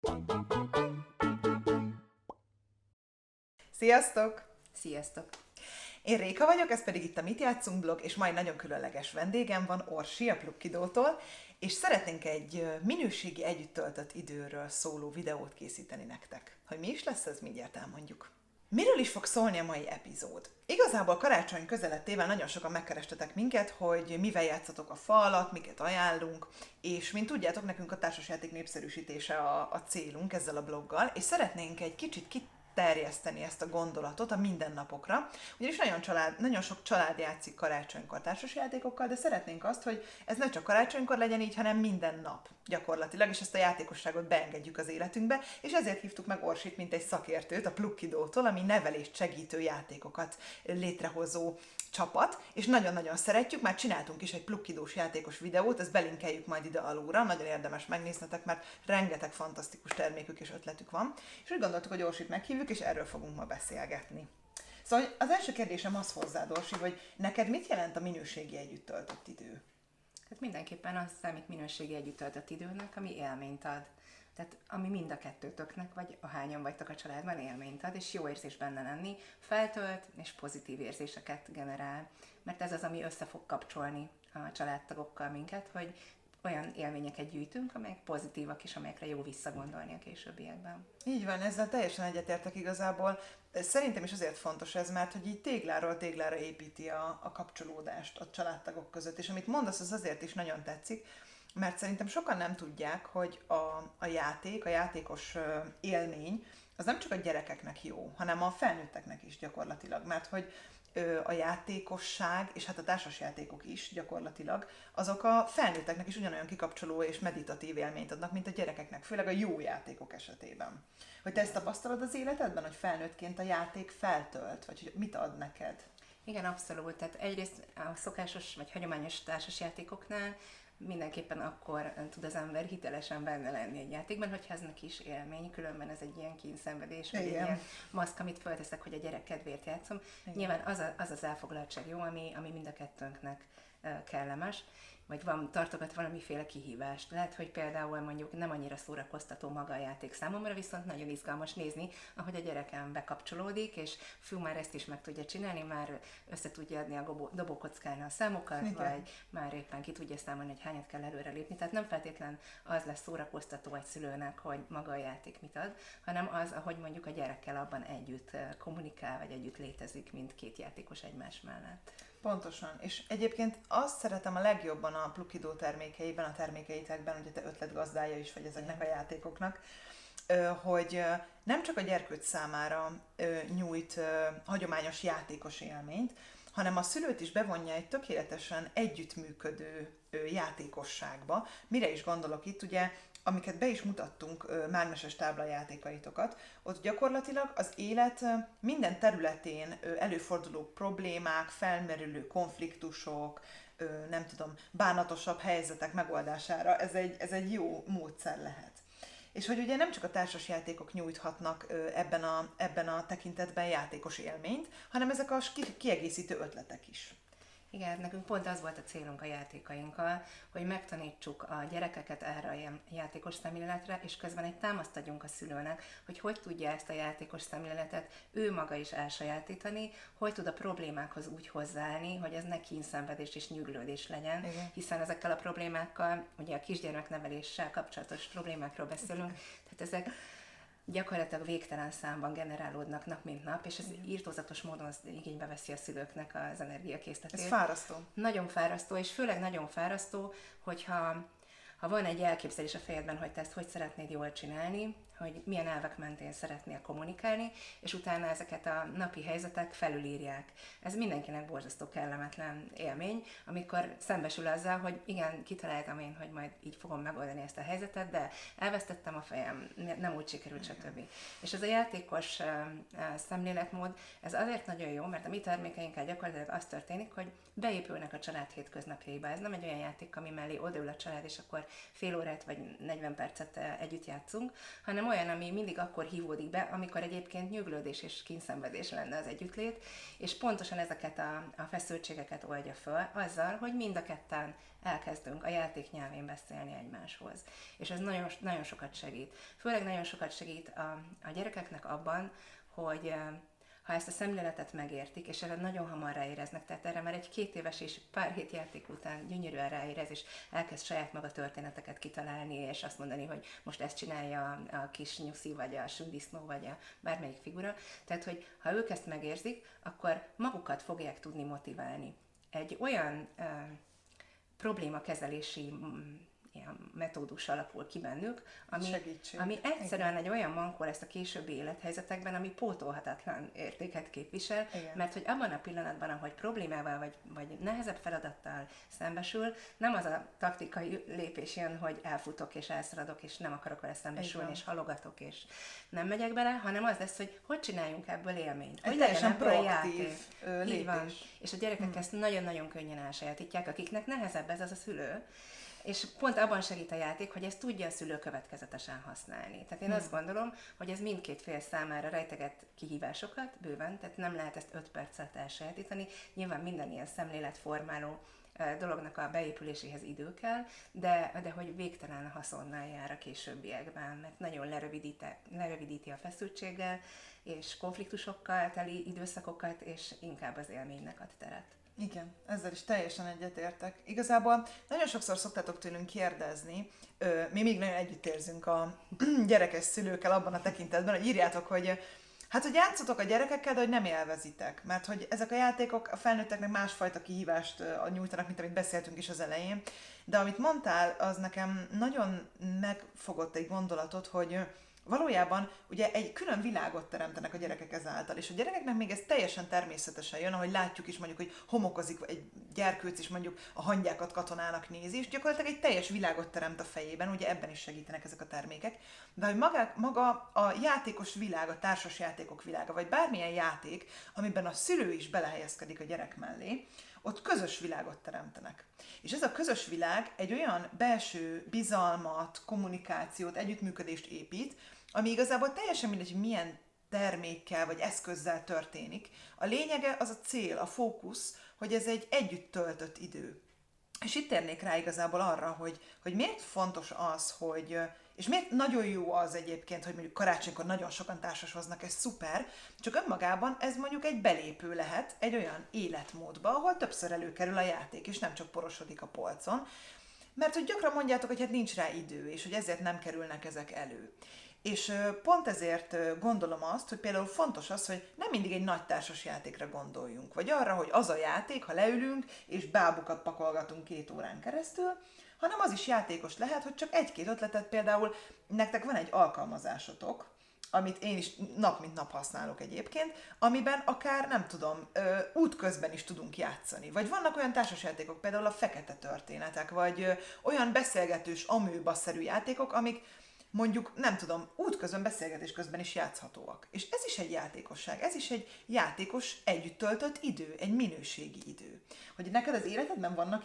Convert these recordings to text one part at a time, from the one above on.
Sziasztok! Sziasztok! Én Réka vagyok, ez pedig itt a Mit Játszunk blog, és majd nagyon különleges vendégem van, Orsi a Plukkidótól, és szeretnénk egy minőségi együtt töltött időről szóló videót készíteni nektek. Hogy mi is lesz, ez mindjárt elmondjuk. Miről is fog szólni a mai epizód? Igazából karácsony közelettével nagyon sokan megkerestetek minket, hogy mivel játszatok a fa alatt, miket ajánlunk, és mint tudjátok, nekünk a társasjáték népszerűsítése a célunk ezzel a bloggal, és szeretnénk egy kicsit terjeszteni ezt a gondolatot a mindennapokra, ugyanis nagyon sok család játszik karácsonykor társasjátékokkal, de szeretnénk azt, hogy ez ne csak karácsonykor legyen így, hanem minden nap gyakorlatilag, és ezt a játékosságot beengedjük az életünkbe, és ezért hívtuk meg Orsit, mint egy szakértőt a Plukkidótól, ami nevelést segítő játékokat létrehozó csapat, és nagyon-nagyon szeretjük, már csináltunk is egy plukkidós játékos videót, ezt belinkeljük majd ide alulra, nagyon érdemes megnéznetek, mert rengeteg fantasztikus termékük és ötletük van, és úgy gondoltuk, hogy Orsit meghívjuk, és erről fogunk ma beszélgetni. Szóval az első kérdésem az hozzád, Orsi, hogy neked mit jelent a minőségi együtt töltött idő? Hát mindenképpen az számít minőségi együtt töltött időnek, ami élményt ad. Tehát ami mind a kettőtöknek, vagy ahányan vagytok a családban, élményt ad, és jó érzés benne lenni, feltölt és pozitív érzéseket generál. Mert ez az, ami össze fog kapcsolni a családtagokkal minket, hogy olyan élményeket gyűjtünk, amelyek pozitívak és amelyekre jó visszagondolni a későbbiekben. Így van, ezzel teljesen egyetértek igazából. Szerintem is azért fontos ez, mert hogy így tégláról téglára építi a kapcsolódást a családtagok között, és amit mondasz, az azért is nagyon tetszik, mert szerintem sokan nem tudják, hogy a játékos élmény, az nem csak a gyerekeknek jó, hanem a felnőtteknek is gyakorlatilag, mert hogy a játékosság, és hát a társasjátékok is gyakorlatilag, azok a felnőtteknek is ugyanolyan kikapcsoló és meditatív élményt adnak, mint a gyerekeknek, főleg a jó játékok esetében. Hogy te ezt tapasztalod az életedben, hogy felnőttként a játék feltölt, vagy hogy mit ad neked? Igen, abszolút. Tehát egyrészt a szokásos vagy hagyományos társasjátékoknál mindenképpen akkor tud az ember hitelesen benne lenni egy játékban, hogyha ez neki is élmény, különben ez egy ilyen kínszenvedés, vagy egy ilyen maszk, amit fölteszek, hogy a gyerek kedvéért játszom. Igen. Nyilván az elfoglaltság jó, ami mind a kettőnknek kellemes, vagy tartogat valamiféle kihívást. Lehet, hogy például mondjuk nem annyira szórakoztató maga a játék számomra, viszont nagyon izgalmas nézni, ahogy a gyerekem bekapcsolódik, és már ezt is meg tudja csinálni, már össze tudja adni a dobókockán a számokat, igen, vagy már éppen ki tudja számolni, hogy hányat kell előrelépni. Tehát nem feltétlen az lesz szórakoztató egy szülőnek, hogy maga a játék mit ad, hanem az, ahogy mondjuk a gyerekkel abban együtt kommunikál, vagy együtt létezik, mint két játékos egymás mellett. Pontosan. És egyébként azt szeretem a legjobban a Plukkidó termékeiben, a termékeitekben, ugye te ötletgazdája is vagy ezeknek a játékoknak, hogy nem csak a gyerkőc számára nyújt hagyományos játékos élményt, hanem a szülőt is bevonja egy tökéletesen együttműködő játékosságba. Mire is gondolok itt, ugye, amiket be is mutattunk, mágneses táblajátékaitokat, ott gyakorlatilag az élet minden területén előforduló problémák, felmerülő konfliktusok, nem tudom, bánatosabb helyzetek megoldására ez egy jó módszer lehet. És hogy ugye nem csak a társasjátékok nyújthatnak ebben a tekintetben játékos élményt, hanem ezek a kiegészítő ötletek is. Igen, nekünk pont az volt a célunk a játékainkkal, hogy megtanítsuk a gyerekeket erre a játékos szemléletre, és közben egy támaszt adjunk a szülőnek, hogy tudja ezt a játékos szemléletet ő maga is elsajátítani, hogy tud a problémákhoz úgy hozzáállni, hogy ez ne kínszenvedés és nyüglődés legyen, igen, hiszen ezekkel a problémákkal, ugye a kisgyermekneveléssel kapcsolatos problémákról beszélünk, tehát ezek gyakorlatilag végtelen számban generálódnak nap mint nap, és ez irtózatos módon igénybe veszi a szülőknek az energiakészletét. Ez fárasztó. Nagyon fárasztó, és főleg nagyon fárasztó, hogyha van egy elképzelés a fejedben, hogy te ezt hogy szeretnéd jól csinálni, hogy milyen elvek mentén szeretnél kommunikálni, és utána ezeket a napi helyzetek felülírják. Ez mindenkinek borzasztó kellemetlen élmény, amikor szembesül azzal, hogy igen, kitaláltam én, hogy majd így fogom megoldani ezt a helyzetet, de elvesztettem a fejem, nem úgy sikerült, stb. És ez a játékos szemléletmód, ez azért nagyon jó, mert a mi termékeinkkel gyakorlatilag az történik, hogy beépülnek a család hétköznapjaiba. Ez nem egy olyan játék, ami mellé odaül a család, és akkor fél órát vagy 40 percet együtt játszunk, hanem olyan, ami mindig akkor hívódik be, amikor egyébként nyuglódés és kínszenvedés lenne az együttlét, és pontosan ezeket a feszültségeket oldja föl azzal, hogy mind a ketten elkezdünk a játék nyelvén beszélni egymáshoz. És ez nagyon, nagyon sokat segít. Főleg nagyon sokat segít a gyerekeknek abban, hogy ha ezt a szemléletet megértik, és erre nagyon hamar ráéreznek, tehát erre már egy 2 éves és pár hét játék után gyönyörűen ráérez, és elkezd saját maga történeteket kitalálni, és azt mondani, hogy most ezt csinálja a kis nyuszi, vagy a sündisznó, vagy a bármelyik figura. Tehát, hogy ha ők ezt megérzik, akkor magukat fogják tudni motiválni. Egy olyan problémakezelési ilyen metódus alapul ki bennük, ami egyszerűen egy olyan mankó lesz a későbbi élethelyzetekben, ami pótolhatatlan értéket képvisel, igen. Mert hogy abban a pillanatban, ahogy problémával vagy nehezebb feladattal szembesül, nem az a taktikai lépés jön, hogy elfutok és elszaladok, és nem akarok vele szembesülni, és halogatok, és nem megyek bele, hanem az lesz, hogy csináljunk ebből élményt. Hogy legyen ebből proaktív lépés. Így van. És a gyerekek ezt nagyon-nagyon könnyen elsajátítják, akiknek nehezebb ez az a szülő, és pont abban segít a játék, hogy ezt tudja a szülő következetesen használni. Tehát én azt gondolom, hogy ez mindkét fél számára rejteget kihívásokat bőven, tehát nem lehet ezt 5 perc alatt elsajátítani. Nyilván minden ilyen szemléletformáló dolognak a beépüléséhez idő kell, de hogy végtelen haszonnal jár a későbbiekben, mert nagyon lerövidíti a feszültséggel, és konfliktusokkal teli időszakokat, és inkább az élménynek ad teret. Igen, ezzel is teljesen egyetértek. Igazából nagyon sokszor szoktátok tőlünk kérdezni, mi még nagyon együtt érzünk a gyerekes szülőkkel abban a tekintetben, hogy írjátok, hogy hogy játszotok a gyerekekkel, de hogy nem élvezitek, mert hogy ezek a játékok a felnőtteknek másfajta kihívást nyújtanak, mint amit beszéltünk is az elején, de amit mondtál, az nekem nagyon megfogott egy gondolatot, hogy valójában ugye egy külön világot teremtenek a gyerekek ezáltal, és a gyerekeknek még ez teljesen természetesen jön, ahogy látjuk is mondjuk, hogy homokozik egy gyerkőc is mondjuk a hangyákat katonának nézi, és gyakorlatilag egy teljes világot teremt a fejében, ugye ebben is segítenek ezek a termékek, de hogy maga a játékos világ, a társas játékok világa, vagy bármilyen játék, amiben a szülő is belehelyezkedik a gyerek mellé, ott közös világot teremtenek. És ez a közös világ egy olyan belső bizalmat, kommunikációt, együttműködést épít, ami igazából teljesen mindegy, hogy milyen termékkel vagy eszközzel történik. A lényege, az a cél, a fókusz, hogy ez egy együtt töltött idő. És itt térnék rá igazából arra, hogy miért fontos az, és miért nagyon jó az egyébként, hogy mondjuk karácsonykor nagyon sokan társashoznak, ez szuper, csak önmagában ez mondjuk egy belépő lehet egy olyan életmódba, ahol többször előkerül a játék, és nem csak porosodik a polcon, mert hogy gyakran mondjátok, hogy nincs rá idő, és hogy ezért nem kerülnek ezek elő. És pont ezért gondolom azt, hogy például fontos az, hogy nem mindig egy nagy társas játékra gondoljunk, vagy arra, hogy az a játék, ha leülünk, és bábukat pakolgatunk 2 órán keresztül, hanem az is játékos lehet, hogy csak 1-2 ötletet, például nektek van egy alkalmazásotok, amit én is nap mint nap használok egyébként, amiben akár, nem tudom, útközben is tudunk játszani. Vagy vannak olyan társasjátékok, például a fekete történetek, vagy olyan beszélgetős, amőba-szerű játékok, amik mondjuk, nem tudom, útközben, beszélgetés közben is játszhatóak. És ez is egy játékosság, ez is egy játékos együtt töltött idő, egy minőségi idő. Hogy neked az életedben vannak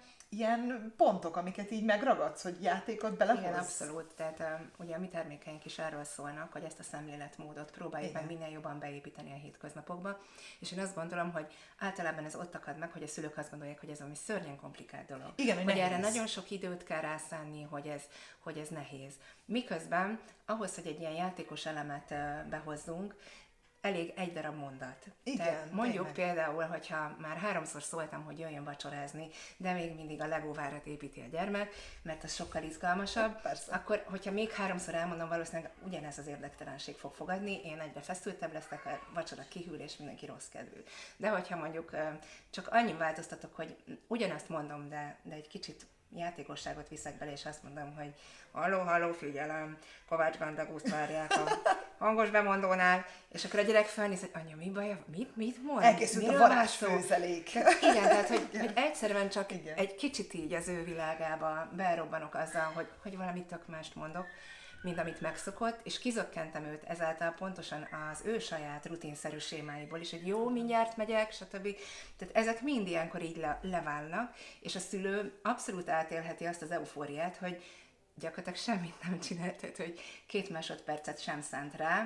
ilyen pontok, amiket így megragadsz, hogy játékot belehozz? Igen, abszolút. Tehát ugye a mi termékeink is arról szólnak, hogy ezt a szemléletmódot próbáljuk meg minél jobban beépíteni a hétköznapokba. És én azt gondolom, hogy általában ez ott akad meg, hogy a szülők azt gondolják, hogy ez valami szörnyen komplikált dolog. Igen, hogy erre nagyon sok időt kell rászánni, hogy ez nehéz. Miközben ahhoz, hogy egy ilyen játékos elemet behozzunk, elég egy darab mondat. Igen, tehát mondjuk például, hogyha már 3-szor szóltam, hogy jöjjön vacsorázni, de még mindig a legóvárat építi a gyermek, mert az sokkal izgalmasabb, akkor, hogyha még 3-szor elmondom, valószínűleg ugyanez az érdektelenség fog fogadni, én egyre feszültebb leszek, a vacsora kihűl, és mindenki rossz kedvű. De hogyha mondjuk csak annyi változtatok, hogy ugyanazt mondom, de egy kicsit játékosságot viszek bele, és azt mondom, hogy halló, figyelem, Kovács Gandaguszt várják a hangos bemondónál, és akkor a gyerek felnéz, hogy anya, mi baj, mit mond? Elkészült a varázsfőzelék. Igen, tehát hogy egyszerűen csak egy kicsit így az ő világába berobbanok azzal, hogy valami tök mást mondok, mint amit megszokott, és kizökkentem őt ezáltal pontosan az ő saját rutinszerű sémáiból is, hogy jó, mindjárt megyek, stb. Tehát ezek mind ilyenkor így leválnak, és a szülő abszolút átélheti azt az eufóriát, hogy gyakorlatilag semmit nem csinált, tehát hogy 2 másodpercet sem szánt rá,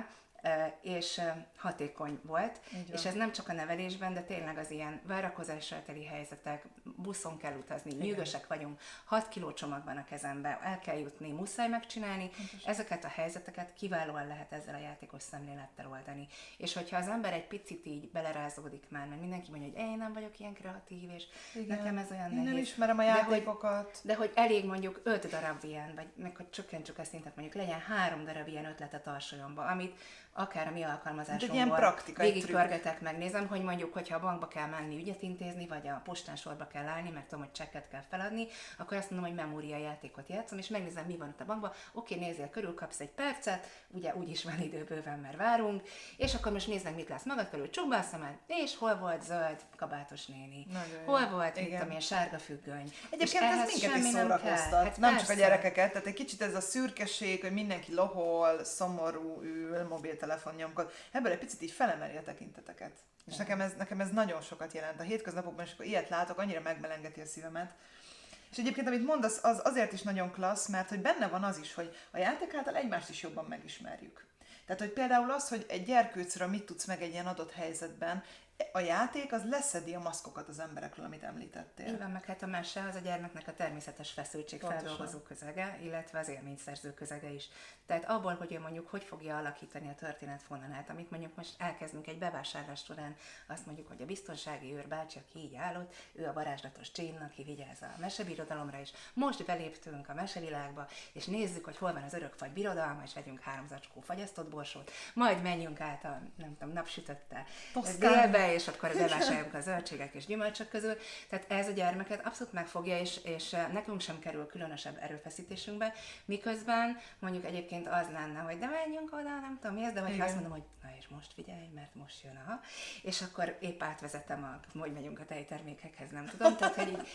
és hatékony volt, és ez nem csak a nevelésben, de tényleg az ilyen várakozással teli helyzetek, buszon kell utazni, nyűgösek vagyunk, 6 kiló csomag van a kezembe, el kell jutni, muszáj megcsinálni, ezeket a helyzeteket kiválóan lehet ezzel a játékos szemlélettel oldani. És hogyha az ember egy picit így belerázódik már, mert mindenki mondja, hogy én nem vagyok ilyen kreatív, és nekem ez olyan nehéz. Nem ismerem a játékokat. De hogy elég mondjuk 5 darab ilyen, vagy meg hogy csökkentsük a szintet, mondjuk legyen 3 darab ilyen ötlet a tarsolyomba, amit akár a mi alkalmazásunkból végigpörgetek, megnézem, hogy mondjuk, hogyha a bankba kell menni ügyet intézni, vagy a postán sorba kell állni, mert tudom, hogy csekket kell feladni, akkor azt mondom, hogy memóriajátékot játszom, és megnézem, mi van ott a bankban. Oké, nézzél körül, kapsz egy percet, ugye úgyis van idő bőven, mert várunk, és akkor most nézd meg, mit látsz magad körül, csukd be a szemed, és hol volt zöld kabátos néni, hol volt, mit tudom, ilyen sárga függöny. Egyébként ez minket is szórakoztat, hát nem csak a gyerekeket, tehát egy kicsit ez a szürkeség, hogy mindenki lohol, szomorú, ül, mobiltelefon nyomkod, ebből egy picit így felemeli a tekinteteket. És nekem ez nagyon sokat jelent. A hétköznapokban, és akkor ilyet látok, annyira megmelengeti a szívemet. És egyébként, amit mondasz, az azért is nagyon klassz, mert hogy benne van az is, hogy a játék által egymást is jobban megismerjük. Tehát, hogy például az, hogy egy gyerkőcről mit tudsz meg egy ilyen adott helyzetben, a játék az leszedi a maszkokat az emberekről, amit említettél. Így van, meg hát a mese az a gyermeknek a természetes feszültség feldolgozó közege, illetve az élményszerző közege is. Tehát abból, hogy ő mondjuk hogy fogja alakítani a történetfonalát, amit mondjuk most elkezdünk egy bevásárlás során, azt mondjuk, hogy a biztonsági őr bácsi, aki így állott, ő a varázslatos Jean, aki vigyáz a mesebirodalomra, és most beléptünk a mesevilágba, és nézzük, hogy hol van az örökfagy birodalma, és vegyünk 3 zacskó fagyasztott borsót, majd menjünk át a, nem tudom, napsütötte délbe, és akkor bevásároljuk a zöldségek és gyümölcsök közül. Tehát ez a gyermeket abszolút megfogja, és nekünk sem kerül különösebb erőfeszítésünkbe, miközben mondjuk egyébként az lenne, hogy de menjünk oda, nem tudom mi ez, de hogyha azt mondom, hogy na és most figyelj, mert most jön és akkor épp átvezetem, hogy megyünk a tejtermékekhez, nem tudom. Tehát,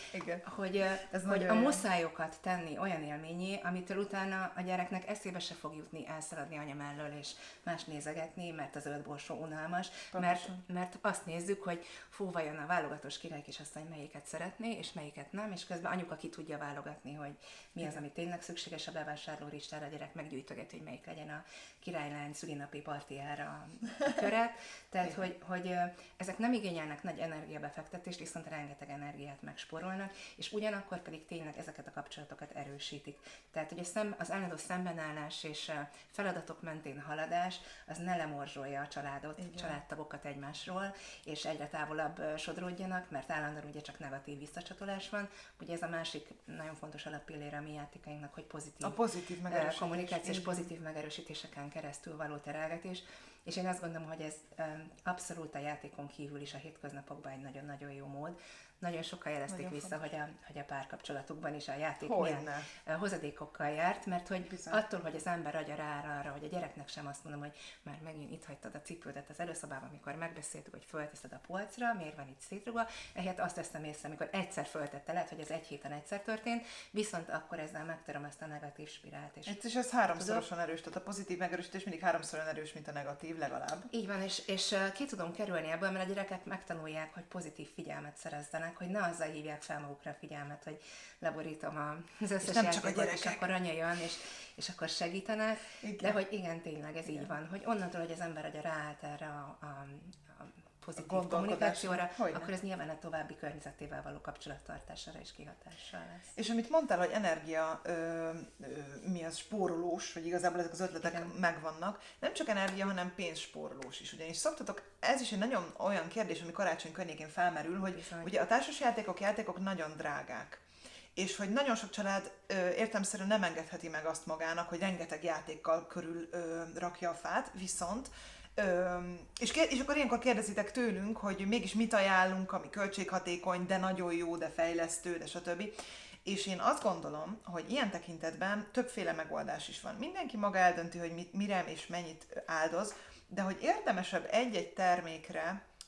hogy a muszályokat tenni olyan élményé, amitől utána a gyereknek eszébe se fog jutni elszaladni anya mellől, és más nézegetni, mert az zöld borsó unalmas, mert azt nézzük, hogy fú, vajon a válogatós királykisasszony melyiket szeretné, és melyiket nem, és közben anyuka ki tudja válogatni, hogy mi az, ami tényleg szükséges a bevásárló listára, a gyerek meggyűjtögeti, hogy melyik legyen a királylány szülinapi partiára a köret. Tehát, hogy ezek nem igényelnek nagy energiabefektetést, viszont rengeteg energiát megspórolnak, és ugyanakkor pedig tényleg ezeket a kapcsolatokat erősítik. Tehát, hogy az állandó szembenállás és feladatok mentén haladás, az ne lemorzsolja a családot, családtagokat egymásról, és egyre távolabb sodródjanak, mert állandóan ugye csak negatív visszacsatolás van. Ugye ez a másik nagyon fontos alappillére a mi játékainknak, hogy pozitív kommunikációs, pozitív megerősítéseken keresztül való terelgetés. És én azt gondolom, hogy ez abszolút a játékon kívül is a hétköznapokban egy nagyon-nagyon jó mód. Nagyon sokan jelezték vissza, hogy a párkapcsolatukban is a játék milyen hozadékokkal járt, mert hogy attól, hogy az ember agya rá arra, hogy a gyereknek sem azt mondom, hogy már megint itt hagytad a cipődet az előszobában, amikor megbeszéltük, hogy fölteszed a polcra, miért van itt szétrugva, ehhez azt veszem észre, amikor egyszer föltette, lehet, hogy ez egy héten egyszer történt, viszont akkor ezzel megtöröm ezt a negatív spirált. És ez 3-szorosan erős, tehát a pozitív megerősítés mindig 3-szor erős, mint a negatív, legalább. Így van, és ki tudom kerülni ebből, mert a gyerekek megtanulják, hogy pozitív figyelmet szerezzenek, hogy ne azzal hívják fel magukra a figyelmet, hogy leborítom az összes játékot, és akkor anya jön, és akkor segítenek. Igen. De hogy igen, tényleg ez így van, hogy onnantól, hogy az ember agya ráállt erre a pozitív kommunikációra, akkor ez nyilván a további környezetével való kapcsolattartására is kihatással lesz. És amit mondtál, hogy energia mi az spórolós, hogy igazából ezek az ötletek megvannak, nem csak energia, hanem pénzspórolós is. Ugyanis szoktatok, ez is egy nagyon olyan kérdés, ami karácsony környékén felmerül, hogy ugye a társasjátékok nagyon drágák. És hogy nagyon sok család értelemszerűen nem engedheti meg azt magának, hogy rengeteg játékkal körül rakja a fát, viszont és akkor ilyenkor kérdezitek tőlünk, hogy mégis mit ajánlunk, ami költséghatékony, de nagyon jó, de fejlesztő, de stb. És én azt gondolom, hogy ilyen tekintetben többféle megoldás is van. Mindenki maga eldönti, hogy mire és mennyit áldoz, de hogy érdemesebb egy-egy termékre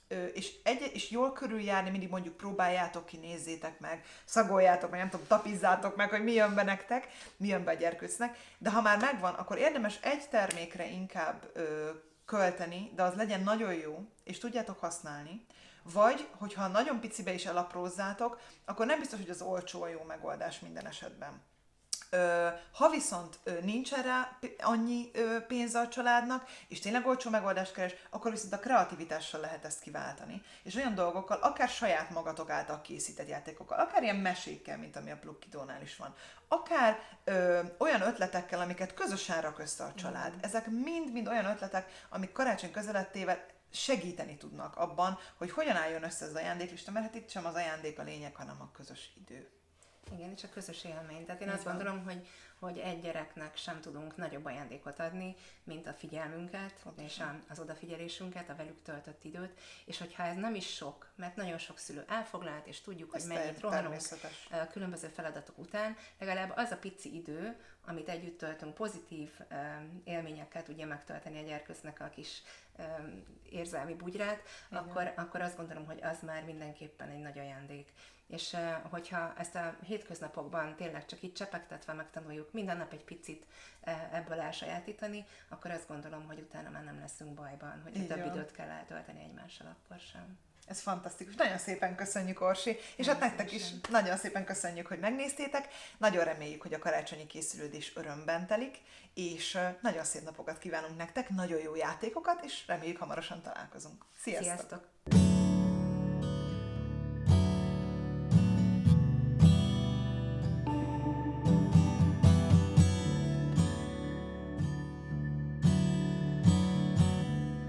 és jól körüljárni, mindig mondjuk próbáljátok ki, nézzétek meg, szagoljátok meg, nem tudom, tapizzátok meg, hogy mi jön be nektek, mi jön be a gyerkőcnek, de ha már megvan, akkor érdemes egy termékre inkább költeni, de az legyen nagyon jó, és tudjátok használni, vagy, hogyha nagyon picibe is elaprózzátok, akkor nem biztos, hogy az olcsó a jó megoldás minden esetben. Ha viszont nincsen rá annyi pénz a családnak, és tényleg olcsó megoldást keres, akkor viszont a kreativitással lehet ezt kiváltani. És olyan dolgokkal, akár saját magatok által készített játékokkal, akár ilyen mesékkel, mint ami a Plukkidónál is van, akár olyan ötletekkel, amiket közösen rak össze a család. Ezek mind-mind olyan ötletek, amik karácsony közelettével segíteni tudnak abban, hogy hogyan álljon össze ez az ajándéklista, mert hát itt sem az ajándék a lényeg, hanem a közös idő. Igen, és a közös élmény. Tehát én azt gondolom, hogy egy gyereknek sem tudunk nagyobb ajándékot adni, mint a figyelmünket, és az odafigyelésünket, a velük töltött időt, és hogyha ez nem is sok, mert nagyon sok szülő elfoglalt, és tudjuk, hogy mennyit rohanunk különböző feladatok után, legalább az a pici idő, amit együtt töltünk, pozitív élményekkel tudja megtölteni a gyerkőcnek a kis érzelmi bugyrát, akkor azt gondolom, hogy az már mindenképpen egy nagy ajándék. És hogyha ezt a hétköznapokban tényleg csak így csepegtetve megtanuljuk minden nap egy picit ebből elsajátítani, akkor azt gondolom, hogy utána már nem leszünk bajban, hogy több időt kell eltölteni egymással, akkor sem. Ez fantasztikus. Nagyon szépen köszönjük, Orsi, és hát nektek is nagyon szépen köszönjük, hogy megnéztétek. Nagyon reméljük, hogy a karácsonyi készülődés örömben telik, és nagyon szép napokat kívánunk nektek, nagyon jó játékokat, és reméljük hamarosan találkozunk. Sziasztok! Sziasztok!